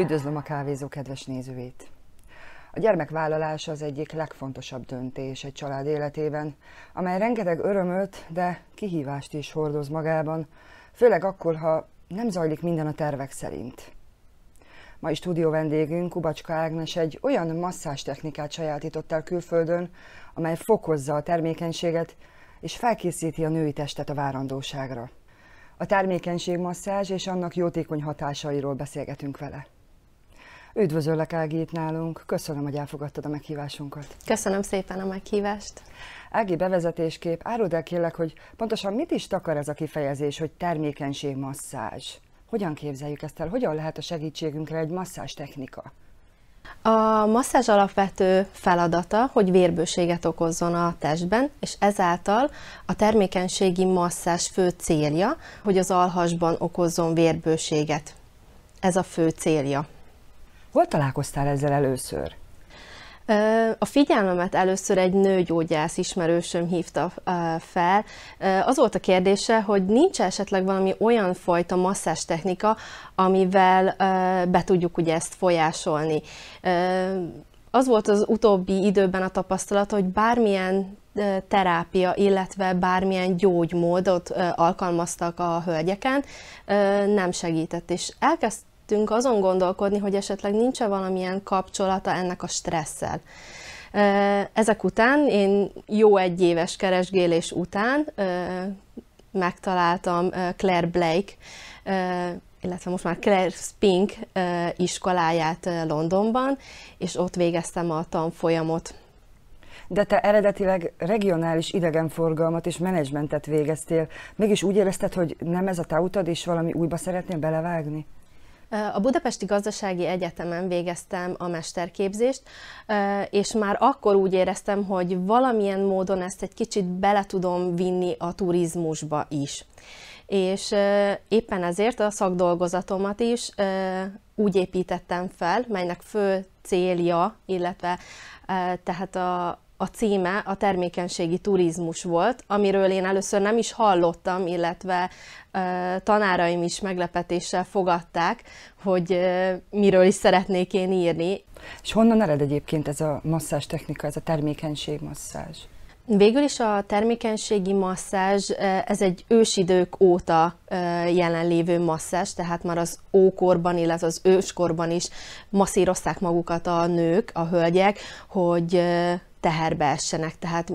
Üdvözlöm a Kávézó kedves nézőit! A gyermekvállalása az egyik legfontosabb döntés egy család életében, amely rengeteg örömöt, de kihívást is hordoz magában, főleg akkor, ha nem zajlik minden a tervek szerint. Mai stúdió vendégünk, Kubacska Ágnes egy olyan masszástechnikát sajátított el külföldön, amely fokozza a termékenységet és felkészíti a női testet a várandóságra. A termékenységmasszázs és annak jótékony hatásairól beszélgetünk vele. Üdvözöllek, Ági, itt nálunk. Köszönöm, hogy elfogadtad a meghívásunkat. Köszönöm szépen a meghívást. Ági, bevezetésképp áruld el kérlek, hogy pontosan mit is takar ez a kifejezés, hogy termékenységmasszázs? Hogyan képzeljük ezt el? Hogyan lehet a segítségünkre egy masszástechnika? A masszázs alapvető feladata, hogy vérbőséget okozzon a testben, és ezáltal a termékenységi masszázs fő célja, hogy az alhasban okozzon vérbőséget. Ez a fő célja. Hol találkoztál ezzel először? A figyelmemet először egy nőgyógyász ismerősöm hívta fel. Az volt a kérdése, hogy nincs esetleg valami olyan fajta masszástechnika, amivel be tudjuk ugye ezt folyásolni. Az volt az utóbbi időben a tapasztalat, hogy bármilyen terápia, illetve bármilyen gyógymódot alkalmaztak a hölgyeken, nem segített, és elkezdtünk azon gondolkodni, hogy esetleg nincs-e valamilyen kapcsolata ennek a stresszel. Ezek után, én jó egyéves keresgélés után megtaláltam Claire Blake, illetve most már Claire Spink iskoláját Londonban, és ott végeztem a tanfolyamot. De te eredetileg regionális idegenforgalmat és menedzsmentet végeztél. Mégis úgy érezted, hogy nem ez a te utad, és valami újba szeretnél belevágni? A Budapesti Gazdasági Egyetemen végeztem a mesterképzést, és már akkor úgy éreztem, hogy valamilyen módon ezt egy kicsit bele tudom vinni a turizmusba is. És éppen ezért a szakdolgozatomat is úgy építettem fel, melynek fő célja, illetve tehát a címe a termékenységi turizmus volt, amiről én először nem is hallottam, illetve tanáraim is meglepetéssel fogadták, hogy miről is szeretnék én írni. És honnan ered egyébként ez a masszástechnika, ez a termékenységmasszázs? Végül is a termékenységi masszázs, ez egy ősidők óta jelenlévő masszázs, tehát már az ókorban, illetve az őskorban is masszírozták magukat a nők, a hölgyek, hogy teherbe essenek, tehát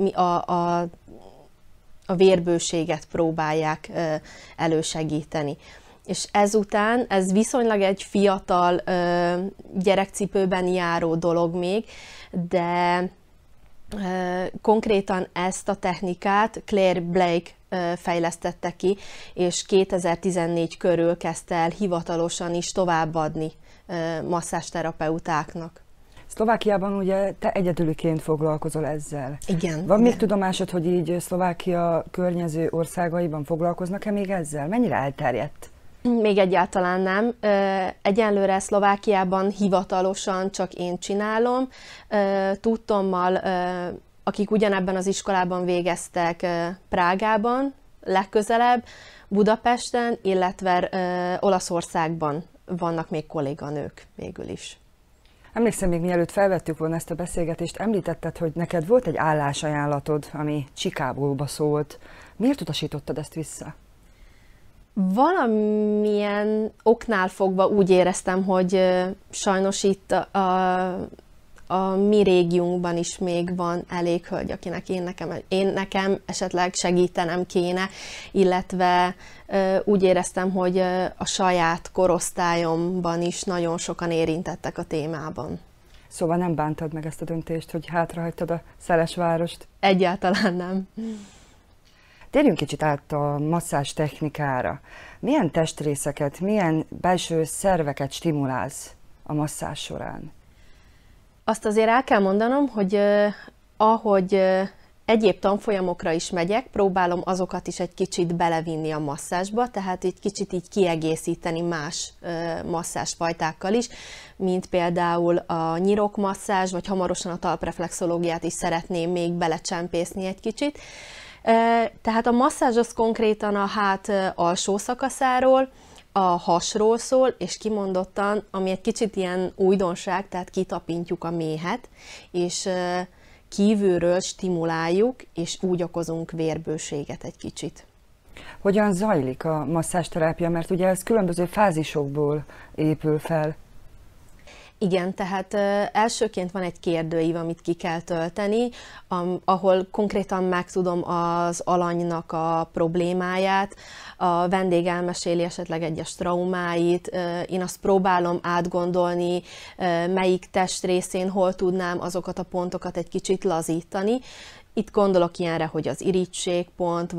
a vérbőséget próbálják elősegíteni. És ezután ez viszonylag egy fiatal gyerekcipőben járó dolog még, de konkrétan ezt a technikát Claire Blake fejlesztette ki, és 2014 körül kezdte el hivatalosan is továbbadni masszásterapeutáknak. Szlovákiában ugye te egyedüliként foglalkozol ezzel. Igen. Van még tudomásod, hogy így Szlovákia környező országaiban foglalkoznak-e még ezzel? Mennyire elterjedt? Még egyáltalán nem. Egyenlőre Szlovákiában hivatalosan csak én csinálom. Tudtommal, akik ugyanebben az iskolában végeztek Prágában, legközelebb, Budapesten, illetve Olaszországban vannak még kolléganők végül is. Emlékszem, még mielőtt felvettük volna ezt a beszélgetést, említetted, hogy neked volt egy állásajánlatod, ami Chicagóba szólt. Miért utasítottad ezt vissza? Valamilyen oknál fogva úgy éreztem, hogy sajnos itt a mi régiónkban is még van elég hölgy, akinek nekem esetleg segítenem kéne, illetve úgy éreztem, hogy a saját korosztályomban is nagyon sokan érintettek a témában. Szóval nem bántad meg ezt a döntést, hogy hátrahagytad a Szelesvárost? Egyáltalán nem. Térjünk kicsit át a masszázs technikára. Milyen testrészeket, milyen belső szerveket stimulálsz a masszázs során? Azt azért el kell mondanom, hogy ahogy egyéb tanfolyamokra is megyek, próbálom azokat is egy kicsit belevinni a masszázsba, tehát egy kicsit így kiegészíteni más masszázsfajtákkal is, mint például a nyirokmasszázs, vagy hamarosan a talpreflexológiát is szeretném még belecsempészni egy kicsit. Tehát a masszázs az konkrétan a hát alsó szakaszáról, a a hasról szól, és kimondottan, ami egy kicsit ilyen újdonság, tehát kitapintjuk a méhet, és kívülről stimuláljuk, és úgy okozunk vérbőséget egy kicsit. Hogyan zajlik a masszázsterápia, mert ugye ez különböző fázisokból épül fel? Igen, tehát elsőként van egy kérdőív, amit ki kell tölteni, ahol konkrétan megtudom az alanynak a problémáját, a vendég elmeséli esetleg egyes traumáit, én azt próbálom átgondolni, melyik testrészén hol tudnám azokat a pontokat egy kicsit lazítani. Itt gondolok ilyenre, hogy az irítségpont,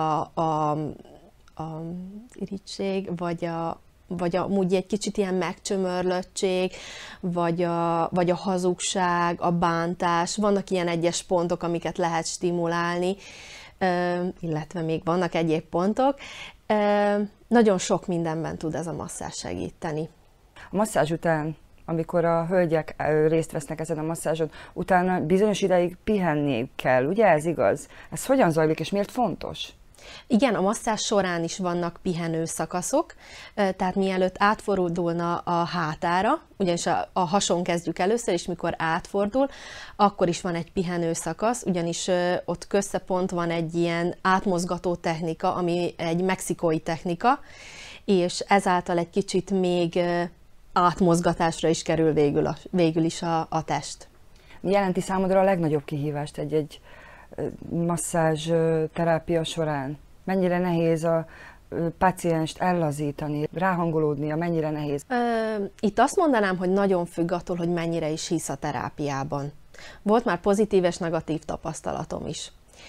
irítség, vagy amúgy egy kicsit ilyen megcsömörlöttség, vagy a hazugság, a bántás. Vannak ilyen egyes pontok, amiket lehet stimulálni, illetve még vannak egyéb pontok. Nagyon sok mindenben tud ez a masszázs segíteni. A masszázs után, amikor a hölgyek részt vesznek ezen a masszázson, utána bizonyos ideig pihenni kell, ugye ez igaz? Ez hogyan zajlik és miért fontos? Igen, a masszázs során is vannak pihenő szakaszok, tehát mielőtt átfordulna a hátára, ugyanis a hason kezdjük először, és mikor átfordul, akkor is van egy pihenő szakasz, ugyanis ott középont van egy ilyen átmozgató technika, ami egy mexikói technika, és ezáltal egy kicsit még átmozgatásra is kerül végül is a test. Mi jelenti számodra a legnagyobb kihívást egy masszázs terápia során? Mennyire nehéz a pácienst ellazítani, ráhangolódnia, mennyire nehéz? Itt azt mondanám, hogy nagyon függ attól, hogy mennyire is hisz a terápiában. Volt már pozitív és negatív tapasztalatom is.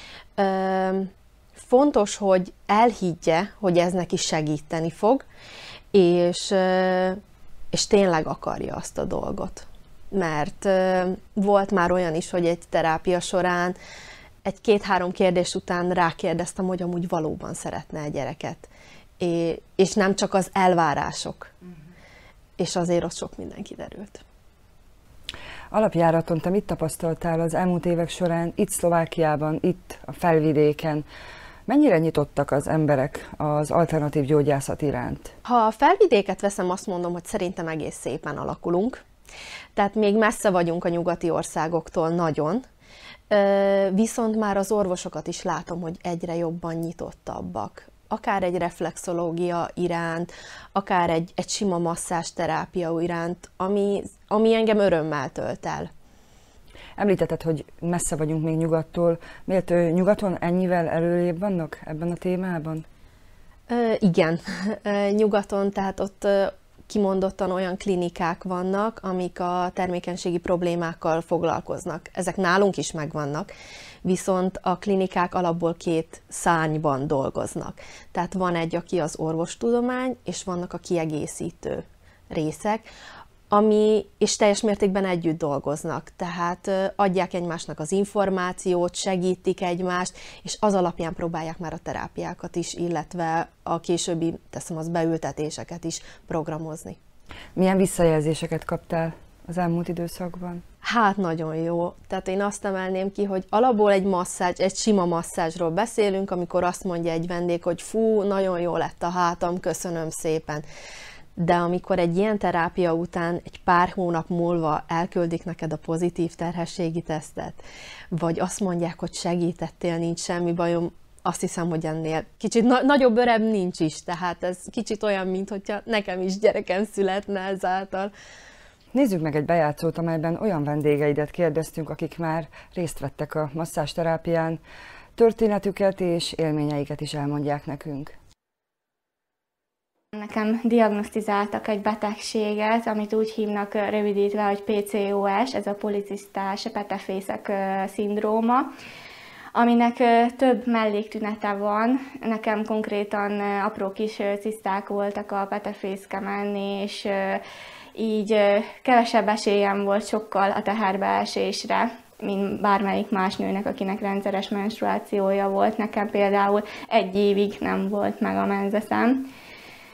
Fontos, hogy elhiggye, hogy ez neki segíteni fog, és tényleg akarja azt a dolgot. Mert volt már olyan is, hogy egy terápia során egy-két-három kérdés után rákérdeztem, hogy amúgy valóban szeretne egy gyereket. És nem csak az elvárások. És azért ott sok minden kiderült. Alapjáraton te mit tapasztaltál az elmúlt évek során itt Szlovákiában, itt a Felvidéken? Mennyire nyitottak az emberek az alternatív gyógyászat iránt? Ha a Felvidéket veszem, azt mondom, hogy szerintem egész szépen alakulunk. Tehát még messze vagyunk a nyugati országoktól nagyon, viszont már az orvosokat is látom, hogy egyre jobban nyitottabbak. Akár egy reflexológia iránt, akár egy sima masszázsterápia iránt, ami engem örömmel tölt el. Említetted, hogy messze vagyunk még nyugattól. Miért nyugaton ennyivel előrébb vannak ebben a témában? Igen, nyugaton, tehát ott kimondottan olyan klinikák vannak, amik a termékenységi problémákkal foglalkoznak. Ezek nálunk is megvannak, viszont a klinikák alapból két szárnyban dolgoznak. Tehát van egy, aki az orvostudomány, és vannak a kiegészítő részek, és teljes mértékben együtt dolgoznak. Tehát adják egymásnak az információt, segítik egymást, és az alapján próbálják már a terápiákat is, illetve a későbbi, teszem az beültetéseket is programozni. Milyen visszajelzéseket kaptál az elmúlt időszakban? Hát nagyon jó. Tehát én azt emelném ki, hogy alapból egy sima masszázsról beszélünk, amikor azt mondja egy vendég, hogy fú, nagyon jó lett a hátam, köszönöm szépen. De amikor egy ilyen terápia után egy pár hónap múlva elküldik neked a pozitív terhességi tesztet, vagy azt mondják, hogy segítettél, nincs semmi bajom, azt hiszem, hogy ennél kicsit nagyobb öreg nincs is, tehát ez kicsit olyan, mint hogyha nekem is gyerekem születne ezáltal. Nézzük meg egy bejátszót, amelyben olyan vendégeidet kérdeztünk, akik már részt vettek a masszázsterápián, történetüket és élményeiket is elmondják nekünk. Nekem diagnosztizáltak egy betegséget, amit úgy hívnak rövidítve, hogy PCOS, ez a policisztás petefészek szindróma, aminek több melléktünete van. Nekem konkrétan apró kis ciszták voltak a petefészkemen, és így kevesebb esélyem volt sokkal a teherbeesésre, mint bármelyik más nőnek, akinek rendszeres menstruációja volt. Nekem például 1 évig nem volt meg a menzeszem.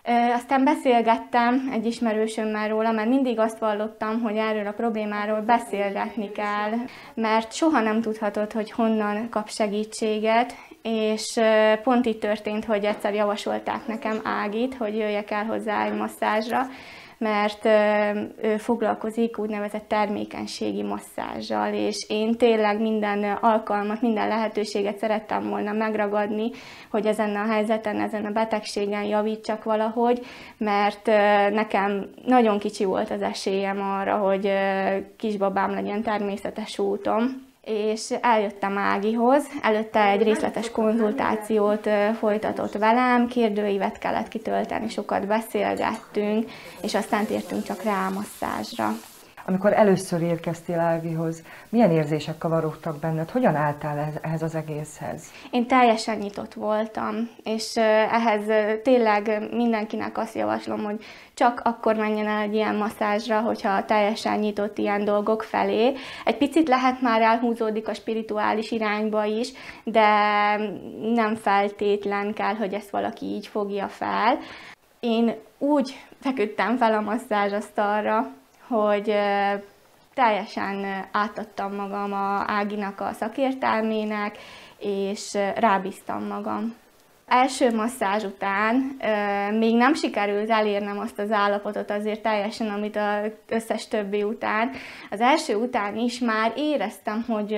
Aztán beszélgettem egy ismerősömmel róla, mert mindig azt vallottam, hogy erről a problémáról beszélgetni kell, mert soha nem tudhatod, hogy honnan kap segítséget, és pont így történt, hogy egyszer javasolták nekem Ágit, hogy jöjjek el hozzá egy masszázsra, mert ő foglalkozik úgynevezett termékenységi masszázsal, és én tényleg minden alkalmat, minden lehetőséget szerettem volna megragadni, hogy ezen a helyzeten, ezen a betegségen javítsak valahogy, mert nekem nagyon kicsi volt az esélyem arra, hogy kisbabám legyen természetes úton. És eljöttem Ágihoz, előtte egy részletes konzultációt folytatott velem, kérdőívet kellett kitölteni, sokat beszélgettünk, és aztán tértünk csak rá a masszázsra. Amikor először érkeztél Ágihoz, milyen érzések kavarodtak benned? Hogyan álltál ehhez az egészhez? Én teljesen nyitott voltam, és ehhez tényleg mindenkinek azt javaslom, hogy csak akkor menjen el egy ilyen masszázsra, hogyha teljesen nyitott ilyen dolgok felé. Egy picit lehet már elhúzódik a spirituális irányba is, de nem feltétlen kell, hogy ezt valaki így fogja fel. Én úgy feküdtem fel a masszázsasztalra, hogy teljesen átadtam magam Áginak a szakértelmének, és rábíztam magam. Első masszázs után még nem sikerült elérnem azt az állapotot azért teljesen, amit az összes többi után. Az első után is már éreztem, hogy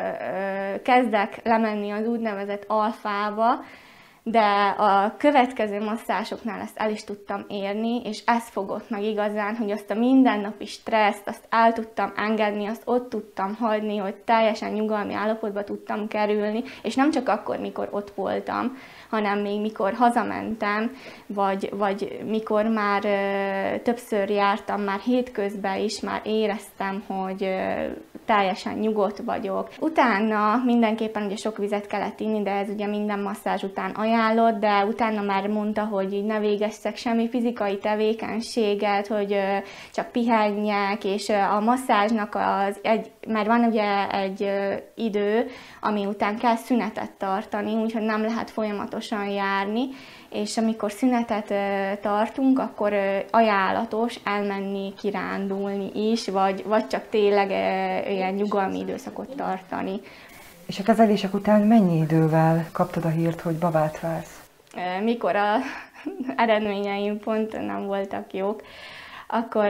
kezdek lemenni az úgynevezett alfába, de a következő masszázsoknál ezt el is tudtam érni, és ez fogott meg igazán, hogy azt a mindennapi stresszt, azt el tudtam engedni, azt ott tudtam hagyni, hogy teljesen nyugalmi állapotba tudtam kerülni, és nem csak akkor, mikor ott voltam, hanem még mikor hazamentem, vagy mikor már többször jártam, már hétközben is már éreztem, hogy teljesen nyugodt vagyok. Utána mindenképpen ugye sok vizet kellett inni, de ez ugye minden masszázs után ajánlott, de utána már mondta, hogy így ne végezzek semmi fizikai tevékenységet, hogy csak pihenjek, és a masszázsnak mert van ugye egy idő, ami után kell szünetet tartani, úgyhogy nem lehet folyamatosan járni, és amikor szünetet tartunk, akkor ajánlatos elmenni kirándulni is, vagy csak tényleg ilyen nyugalmi időszakot tartani. És a kezelések után mennyi idővel kaptad a hírt, hogy babát vársz? Mikor az eredményeim pont nem voltak jók, akkor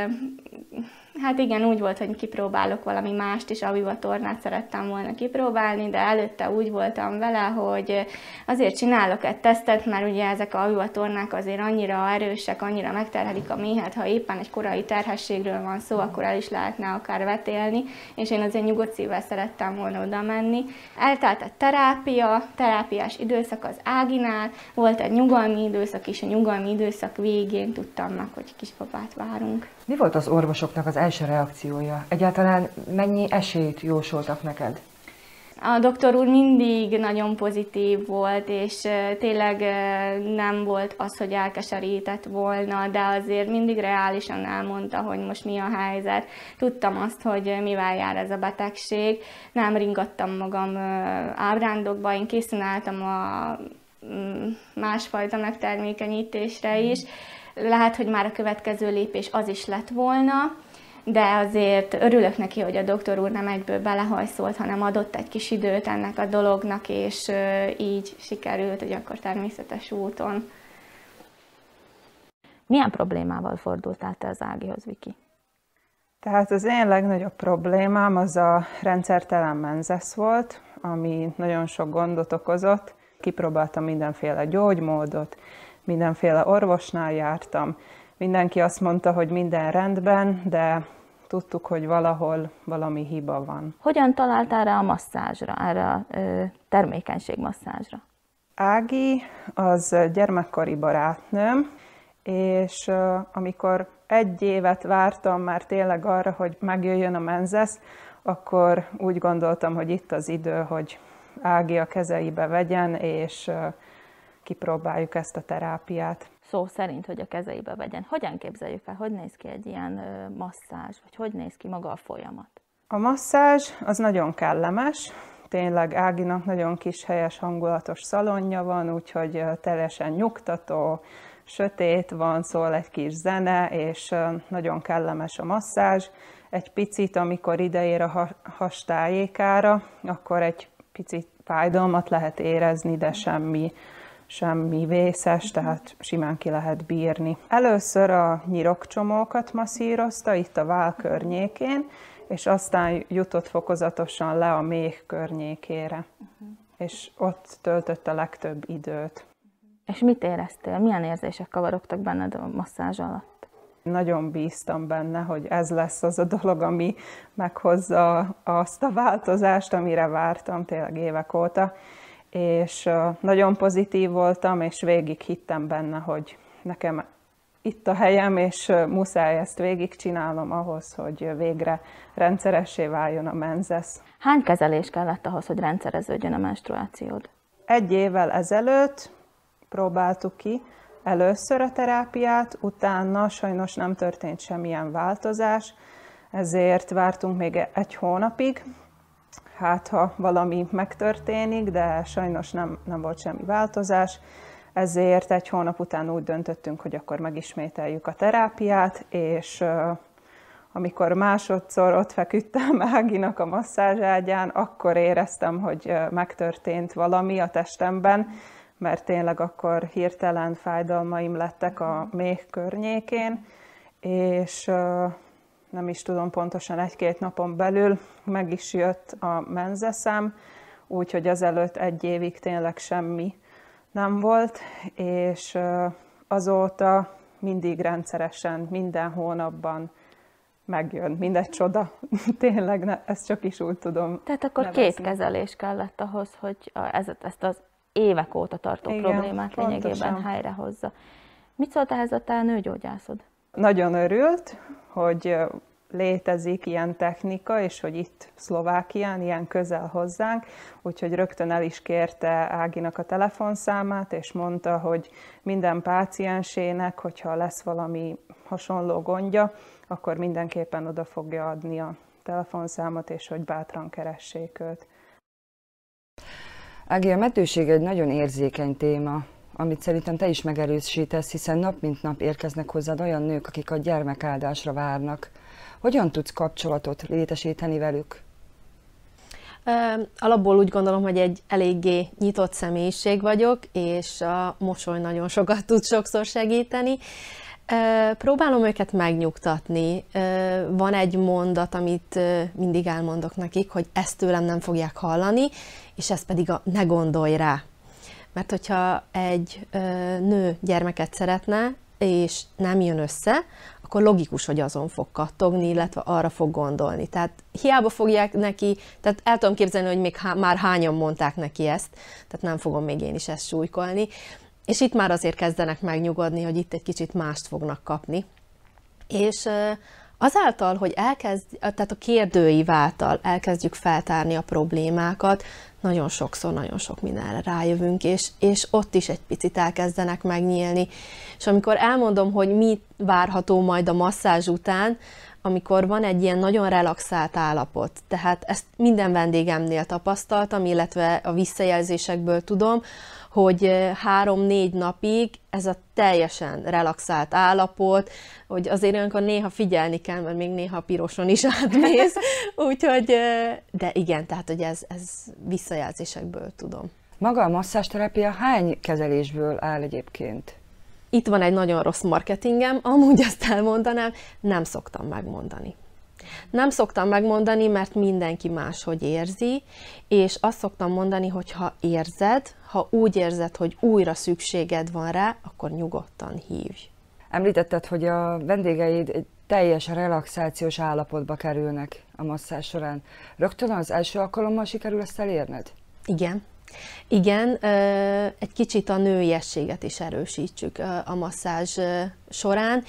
hát igen, úgy volt, hogy kipróbálok valami mást is, a Vivatornát szerettem volna kipróbálni, de előtte úgy voltam vele, hogy azért csinálok egy tesztet, mert ugye ezek a Vivatornák azért annyira erősek, annyira megterhelik a méhet, ha éppen egy korai terhességről van szó, akkor el is lehetne akár vetélni, és én azért nyugodt szívvel szerettem volna oda menni. Eltelt egy terápiás időszak az Áginál, volt egy nyugalmi időszak is, a nyugalmi időszak végén tudtam meg, hogy kisbabát várunk. Mi volt az orvosoknak az első reakciója? Egyáltalán mennyi esélyt jósoltak neked? A doktor úr mindig nagyon pozitív volt, és tényleg nem volt az, hogy elkeserített volna, de azért mindig reálisan elmondta, hogy most mi a helyzet. Tudtam azt, hogy mivel jár ez a betegség. Nem ringattam magam ábrándokba, én készen álltam a másfajta megtermékenyítésre is. Lehet, hogy már a következő lépés az is lett volna, de azért örülök neki, hogy a doktor úr nem egyből belehajszolt, hanem adott egy kis időt ennek a dolognak, és így sikerült, hogy akkor természetes úton. Milyen problémával fordultál te az Ágihoz, Viki? Tehát az én legnagyobb problémám az a rendszertelen menzesz volt, ami nagyon sok gondot okozott. Kipróbáltam mindenféle gyógymódot, mindenféle orvosnál jártam. Mindenki azt mondta, hogy minden rendben, de tudtuk, hogy valahol valami hiba van. Hogyan találtál rá a masszázsra, erre a termékenységmasszázsra? Ági az gyermekkori barátnőm, és amikor 1 évet vártam már tényleg arra, hogy megjöjjön a menzesz, akkor úgy gondoltam, hogy itt az idő, hogy Ági a kezeibe vegyen, és kipróbáljuk ezt a terápiát. Szó szerint, hogy a kezeibe vegyen. Hogyan képzeljük el, hogy néz ki egy ilyen masszázs, vagy hogy néz ki maga a folyamat? A masszázs az nagyon kellemes, tényleg Áginak nagyon kis helyes hangulatos szalonja van, úgyhogy teljesen nyugtató, sötét van, szól egy kis zene, és nagyon kellemes a masszázs. Egy picit, amikor ideér a has tájékára, akkor egy picit fájdalmat lehet érezni, de semmi vészes, tehát simán ki lehet bírni. Először a nyirokcsomókat masszírozta itt a váll környékén, és aztán jutott fokozatosan le a méh környékére. És ott töltött a legtöbb időt. És mit éreztél? Milyen érzések kavarogtak benned a masszázs alatt? Nagyon bíztam benne, hogy ez lesz az a dolog, ami meghozza azt a változást, amire vártam tényleg évek óta. És nagyon pozitív voltam, és végig hittem benne, hogy nekem itt a helyem, és muszáj ezt végigcsinálnom ahhoz, hogy végre rendszeressé váljon a menzesz. Hány kezelés kellett ahhoz, hogy rendszereződjön a menstruációd? 1 évvel ezelőtt próbáltuk ki először a terápiát, utána sajnos nem történt semmilyen változás, ezért vártunk még 1 hónapig, hát ha valami megtörténik, de sajnos nem volt semmi változás, ezért 1 hónap után úgy döntöttünk, hogy akkor megismételjük a terápiát, és amikor másodszor ott feküdtem Áginak a masszázságyán, akkor éreztem, hogy megtörtént valami a testemben, mert tényleg akkor hirtelen fájdalmaim lettek a méh környékén, és nem is tudom pontosan 1-2 napon belül meg is jött a menzeszem, úgyhogy azelőtt 1 évig tényleg semmi nem volt, és azóta mindig rendszeresen, minden hónapban megjön, mindegy csoda. Tényleg, ezt csak is úgy tudom Tehát akkor nevezni. 2 kezelés kellett ahhoz, hogy ezt az évek óta tartó problémát lényegében helyrehozza. Mit szólt ehhez a te nőgyógyászod? Nagyon örült, hogy létezik ilyen technika, és hogy itt Szlovákián, ilyen közel hozzánk, úgyhogy rögtön el is kérte Áginak a telefonszámát, és mondta, hogy minden páciensének, hogyha lesz valami hasonló gondja, akkor mindenképpen oda fogja adni a telefonszámot, és hogy bátran keressék őt. Ági, a meddőség egy nagyon érzékeny téma, amit szerintem te is megerősítesz, hiszen nap mint nap érkeznek hozzád olyan nők, akik a gyermekáldásra várnak. Hogyan tudsz kapcsolatot létesíteni velük? Alapból úgy gondolom, hogy egy eléggé nyitott személyiség vagyok, és a mosoly nagyon sokat tud sokszor segíteni. Próbálom őket megnyugtatni. Van egy mondat, amit mindig elmondok nekik, hogy ezt tőlem nem fogják hallani, és ez pedig a ne gondolj rá. Mert hogyha egy nő gyermeket szeretne, és nem jön össze, akkor logikus, hogy azon fog kattogni, illetve arra fog gondolni. Tehát hiába fogják neki, tehát el tudom képzelni, hogy még már hányan mondták neki ezt, tehát nem fogom még én is ezt súlykolni. És itt már azért kezdenek megnyugodni, hogy itt egy kicsit mást fognak kapni. És azáltal, hogy tehát a kérdőív által elkezdjük feltárni a problémákat, nagyon sokszor, nagyon sok mindenre rájövünk, és ott is egy picit elkezdenek megnyílni. És amikor elmondom, hogy mi várható majd a masszázs után, amikor van egy ilyen nagyon relaxált állapot, tehát ezt minden vendégemnél tapasztaltam, illetve a visszajelzésekből tudom, hogy 3-4 napig ez a teljesen relaxált állapot, hogy azért olyankor néha figyelni kell, mert még néha piroson is átmész, úgyhogy, de igen, tehát hogy ez visszajelzésekből tudom. Maga a masszázsterápia hány kezelésből áll egyébként? Itt van egy nagyon rossz marketingem, amúgy azt elmondanám, nem szoktam megmondani. Nem szoktam megmondani, mert mindenki máshogy érzi, és azt szoktam mondani, hogy ha érzed, ha úgy érzed, hogy újra szükséged van rá, akkor nyugodtan hívj. Említetted, hogy a vendégeid egy teljes relaxációs állapotba kerülnek a masszázs során. Rögtön az első alkalommal sikerül ezt elérned? Igen. Igen, egy kicsit a nőiességet is erősítsük a masszázs során,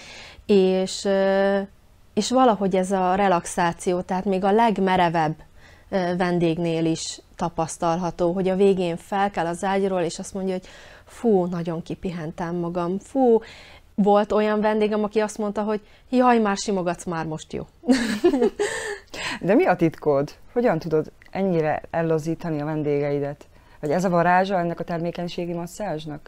és valahogy ez a relaxáció, tehát még a legmerevebb vendégnél is tapasztalható, hogy a végén felkel az ágyról, és azt mondja, hogy fú, nagyon kipihentem magam, fú, volt olyan vendégem, aki azt mondta, hogy jaj, már simogatsz, már most jó. De mi a titkod? Hogyan tudod ennyire ellazítani a vendégeidet? Vagy ez a varázsa ennek a termékenységi masszázsnak?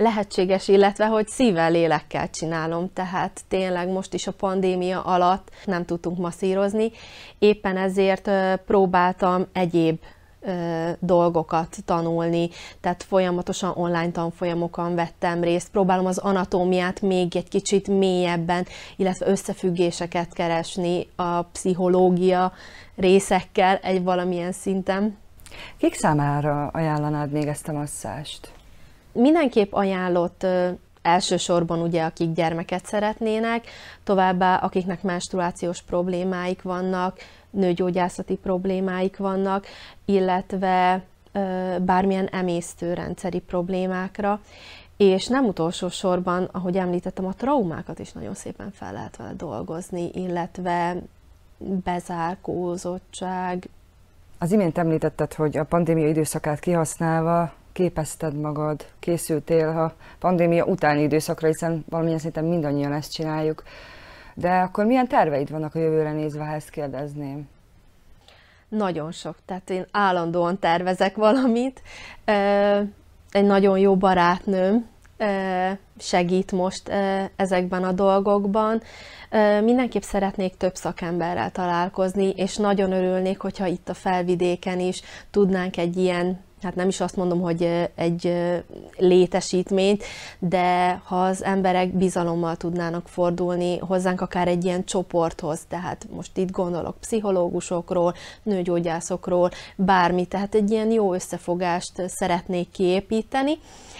lehetséges, illetve hogy szívvel, lélekkel csinálom, tehát tényleg most is a pandémia alatt nem tudtunk masszírozni, éppen ezért próbáltam egyéb dolgokat tanulni, tehát folyamatosan online tanfolyamokon vettem részt, próbálom az anatómiát még egy kicsit mélyebben, illetve összefüggéseket keresni a pszichológia részekkel egy valamilyen szinten. Kik számára ajánlanád még ezt a masszást? Mindenképp ajánlott elsősorban ugye, akik gyermeket szeretnének, továbbá akiknek menstruációs problémáik vannak, nőgyógyászati problémáik vannak, illetve bármilyen emésztőrendszeri problémákra, és nem utolsó sorban, ahogy említettem, a traumákat is nagyon szépen fel lehet vele dolgozni, illetve bezárkózottság. Az imént említetted, hogy a pandémia időszakát kihasználva képezted magad, készültél a pandémia utáni időszakra, hiszen valamilyen szinten mindannyian ezt csináljuk. De akkor milyen terveid vannak a jövőre nézve, ha ezt kérdezném? Nagyon sok, tehát én állandóan tervezek valamit. Egy nagyon jó barátnőm segít most ezekben a dolgokban. Mindenképp szeretnék több szakemberrel találkozni, és nagyon örülnék, hogyha itt a Felvidéken is tudnánk egy ilyen, hát nem is azt mondom, hogy egy létesítményt, de ha az emberek bizalommal tudnának fordulni hozzánk akár egy ilyen csoporthoz, tehát most itt gondolok pszichológusokról, nőgyógyászokról, bármi, tehát egy ilyen jó összefogást szeretnék kiépíteni,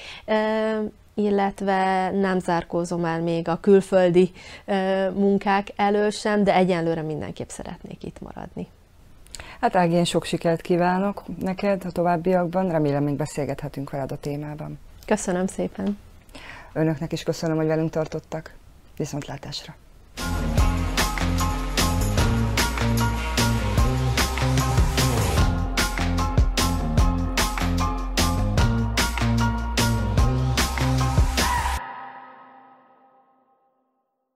illetve nem zárkózom el még a külföldi munkák elől sem, de egyenlőre mindenképp szeretnék itt maradni. Hát Ági, én sok sikert kívánok neked a továbbiakban, remélem még beszélgethetünk veled a témában. Köszönöm szépen! Önöknek is köszönöm, hogy velünk tartottak. Viszontlátásra!